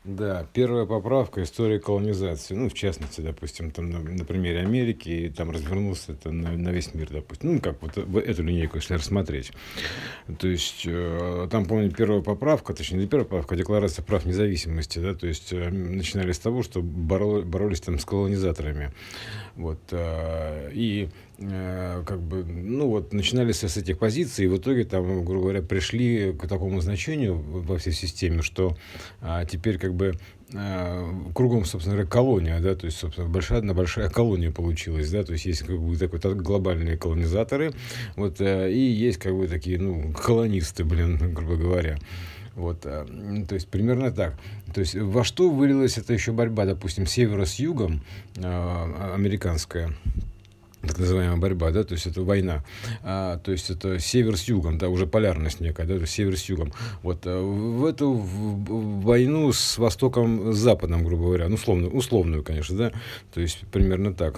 Да, первая поправка истории колонизации. Ну, в частности, допустим, там на примере Америки, и там развернулся это на весь мир, допустим. Ну, как вот эту линейку, если рассмотреть. То есть, там, помню, первая поправка, точнее, не первая поправка, а Декларация прав независимости, да, то есть, начинали с того, что боролись там с колонизаторами. Вот, и как бы, ну вот, начинали с этих позиций, и в итоге там, грубо говоря, пришли к такому значению во всей системе, что теперь как бы кругом, собственно говоря, колония, да, то есть, собственно, большая колония получилась, да, то есть, есть как бы такой глобальные колонизаторы, вот, и есть как бы такие, ну, колонисты, блин, грубо говоря. Вот, то есть примерно так. То есть во что вылилась эта еще борьба, допустим, севера с югом, американская, так называемая борьба, да, то есть это война, то есть это север с югом, да, уже полярность некая, да, то есть север с югом. Вот в эту войну с Востоком, с Западом, грубо говоря, ну, условную, конечно, да, то есть примерно так.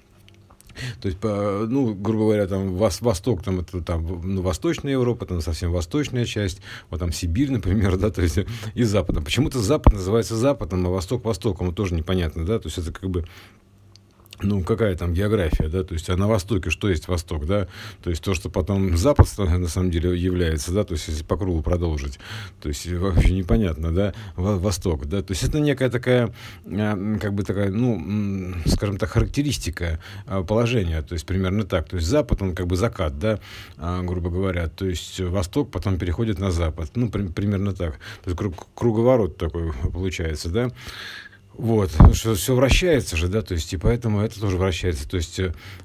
То есть, ну, грубо говоря, там Восток, там это там, ну, Восточная Европа, там совсем восточная часть, вот там Сибирь, например, да, то есть и Западом. Почему-то Запад называется Западом, а Восток Востоком, тоже непонятно, да, то есть это как бы, ну, какая там география, да, то есть, а на Востоке что есть Восток, да, то есть, то, что потом Запад на самом деле является, да, то есть, если по кругу продолжить, то есть, вообще непонятно, да, Восток, да, то есть, это некая такая, как бы такая, ну, скажем так, характеристика положения, то есть, примерно так, то есть, Запад, он как бы закат, да, грубо говоря, то есть, Восток потом переходит на Запад, ну, примерно так, то есть, круговорот такой получается, да. Вот, что все вращается же, да, то есть, и поэтому это тоже вращается. То есть,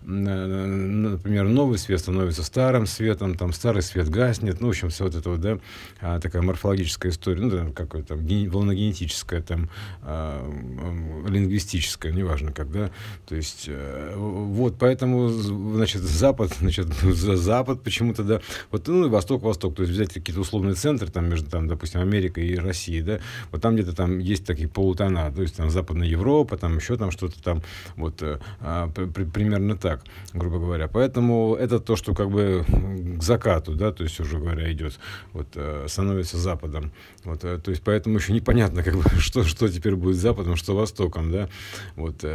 например, новый свет становится старым светом, там старый свет гаснет, ну, в общем, все вот это вот, да, такая морфологическая история, ну, да, какая-то волногенетическая, там, лингвистическая, неважно как, да, то есть, вот, поэтому, значит, Запад почему-то, да, вот, ну, и Восток, то есть, взять какие-то условные центры, там, между, там, допустим, Америкой и Россией, да, вот там где-то там есть такие полутона, то есть, там, Западная Европа, там, еще там что-то там, вот, примерно так, грубо говоря. Поэтому это то, что как бы к закату, да, то есть, уже говоря, идет, вот, становится Западом. Вот, то есть, поэтому еще непонятно, как бы, что теперь будет Западом, что Востоком, да. Вот,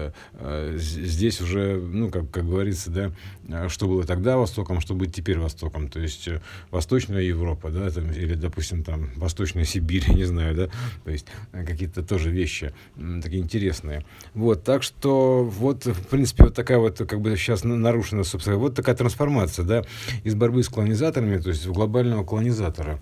здесь уже, ну, как говорится, да, что было тогда Востоком, что будет теперь Востоком. То есть, Восточная Европа, да, там, или, допустим, там, Восточная Сибирь, я не знаю, да, то есть, какие-то тоже вещи такие интересные. Вот, так что, вот, в принципе, вот такая вот, как бы, сейчас нарушена, собственно, вот такая трансформация, да, из борьбы с колонизаторами, то есть, в глобального колонизатора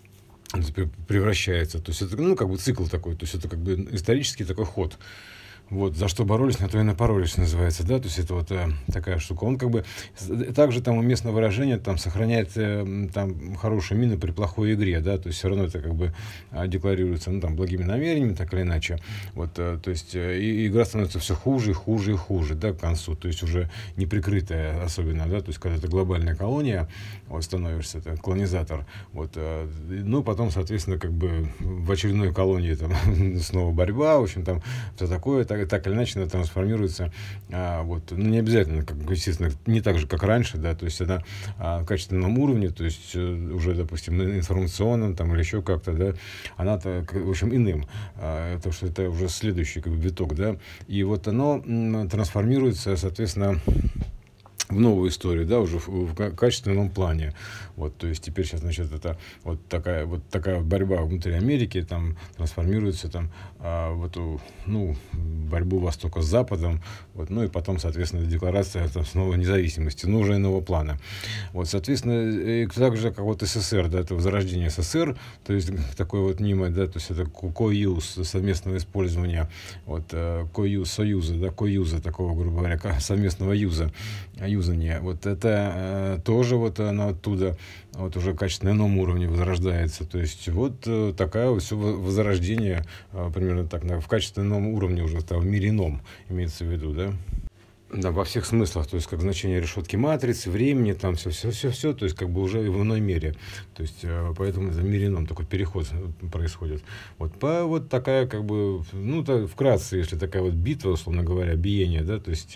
превращается. То есть, это, ну, как бы цикл такой, то есть, это как бы исторический такой ход. Вот, за что боролись, на то и напоролись, называется, да, то есть это вот такая штука. Он как бы, также там уместно выражение, там, сохраняет там хорошую мину при плохой игре, да, то есть все равно это как бы декларируется, ну, там, благими намерениями, так или иначе, вот, то есть и игра становится все хуже, и хуже, и хуже, да, к концу, то есть уже неприкрытая особенно, да, то есть когда это глобальная колония, вот, становишься, это колонизатор, вот, ну, потом, соответственно, как бы в очередной колонии там снова борьба, в общем, там, все такое, так или иначе она трансформируется, вот, ну, не обязательно, как, естественно, не так же, как раньше, да, то есть она в качественном уровне, то есть уже, допустим, информационном там или еще как-то, да, она-то, в общем, иным, потому что это уже следующий как бы виток, да, и вот оно трансформируется, соответственно, в новую историю, да, уже в качественном плане. Вот, то есть теперь сейчас, значит, это вот такая борьба внутри Америки там трансформируется там в эту, ну, борьбу Востока с Западом, вот, ну и потом, соответственно, декларация там, снова независимости, но уже иного плана. Вот, соответственно, так же, как вот СССР, да, это возрождение СССР, то есть такой вот нимой, да, то есть это коюз совместного использования, вот, коюз, союза, да, коюза такого, грубо говоря, совместного юзания. Вот это тоже вот оно оттуда вот уже качественно на ином уровне возрождается. То есть вот такая вот все возрождение примерно так в качественном уровне уже там, в мире ином имеется в виду, да? Да, во всех смыслах, то есть как значение решетки матрицы, времени, там все, то есть как бы уже в иной мере. То есть поэтому в мире ином такой переход происходит. Вот такая как бы, ну, вкратце, если такая вот битва, условно говоря, биение, да, то есть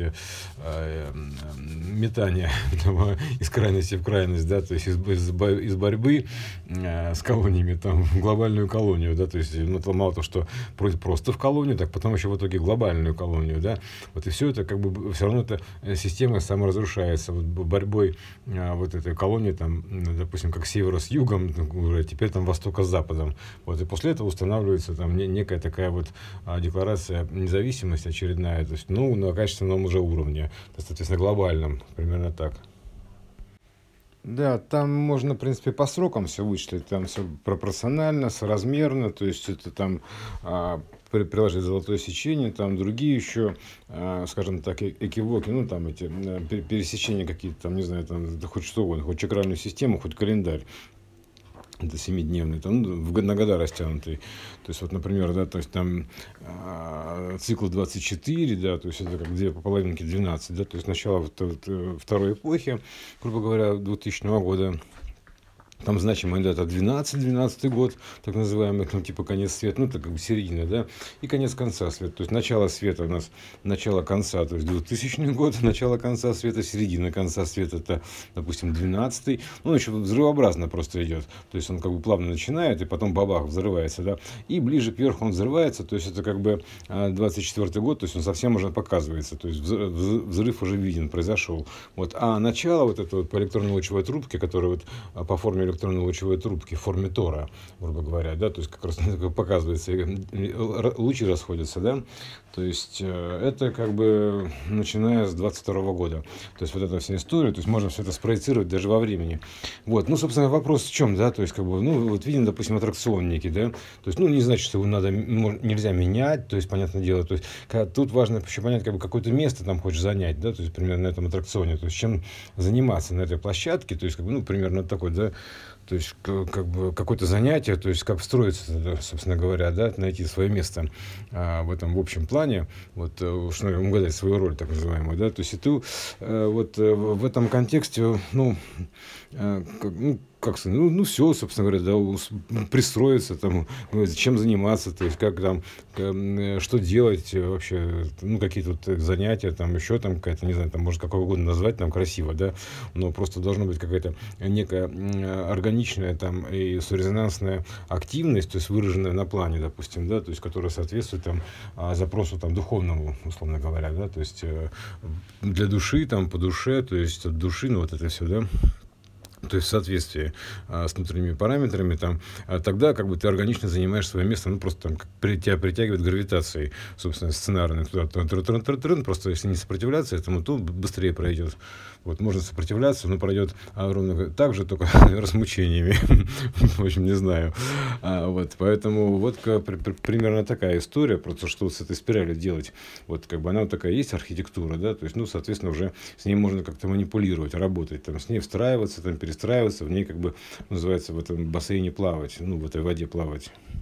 метание там, из крайности в крайность, да, то есть из борьбы с колониями там в глобальную колонию, да, то есть ну, мало того, что просто в колонию, так потом еще в итоге глобальную колонию, да, вот и все это как бы все равно эта система саморазрушается вот, борьбой вот этой колонии, там, допустим, как севера с югом, уже теперь там востока с западом. Вот, и после этого устанавливается там некая такая вот декларация независимости очередная, то есть, ну, на качественном уже уровне, соответственно, глобальном, примерно так. Да, там можно, в принципе, по срокам все вычислить, там все пропорционально, соразмерно, то есть это там приложить золотое сечение, там другие еще, скажем так, экивоки, ну там эти пересечения какие-то, там, не знаю, там, да хоть что угодно, хоть чакральную систему, хоть календарь. Это семидневный, там, ну, на года растянутый. То есть, вот, например, да, то есть там цикл 24, да, то есть это как две половинки 12, да, то есть начало второй эпохи, грубо говоря, 2000 года. Там значимая дата 12 год, так называемый, ну, типа конец света, ну, это как бы середина, да, и конец конца света. То есть начало света у нас, начало конца, то есть 2000 год, начало конца света, середина конца света, это, допустим, 12-й. Ну, еще взрывообразно просто идет. То есть он как бы плавно начинает, и потом бабах, взрывается, да. И ближе к верху он взрывается, то есть это как бы 24-й год, то есть он совсем уже показывается, то есть взрыв уже виден, произошел. Вот. А начало вот это вот по электронно-лучевой трубке, которая вот по форме электронно-лучевой трубки в форме тора, грубо говоря, да, то есть как раз показывается, лучи расходятся, да, то есть это как бы начиная с 22 года, то есть вот эта вся история, то есть можно все это спроецировать даже во времени. Вот, ну, собственно, вопрос в чем, да, то есть как бы, ну, вот видим, допустим, аттракцион некий, да, то есть, ну, не значит, что его надо, нельзя менять, то есть, понятное дело, то есть, тут важно еще понять, как бы, какое-то место там хочешь занять, да, то есть, примерно на этом аттракционе, то есть, чем заниматься на этой площадке, то есть, как бы, ну, примерно такой, да, то есть, как бы какое-то занятие, то есть, как встроиться, собственно говоря, да, найти свое место в этом в общем плане, вот, что угадать свою роль, так называемую, да, то есть, и ты вот в этом контексте, ну, как сказать, ну, все, собственно говоря, да, пристроиться, там, чем заниматься, то есть, как там, что делать вообще, ну, какие-то вот занятия, там, еще там какая-то, не знаю, там, может, какое угодно назвать, там, красиво, да, но просто должна быть какая-то некая органичная, там, и резонансная активность, то есть, выраженная на плане, допустим, да, то есть, которая соответствует, там, запросу, там, духовному, условно говоря, да, то есть, для души, там, по душе, то есть, от души, ну, вот это все, да, то есть в соответствии с внутренними параметрами, там, тогда как бы ты органично занимаешь свое место, ну просто там тебя притягивает гравитацией, собственно, сценарной, туда, просто если не сопротивляться этому, то быстрее пройдет. Вот, можно сопротивляться, но пройдет ровно так же, только размучениями. В общем, не знаю. Вот, поэтому вот примерно такая история, просто что с этой спиралью делать. Вот как бы она вот такая есть архитектура, да, то есть, ну, соответственно, уже с ней можно как-то манипулировать, работать, там, с ней встраиваться, там, перестраиваться, в ней как бы называется в этом бассейне плавать, ну, в этой воде плавать.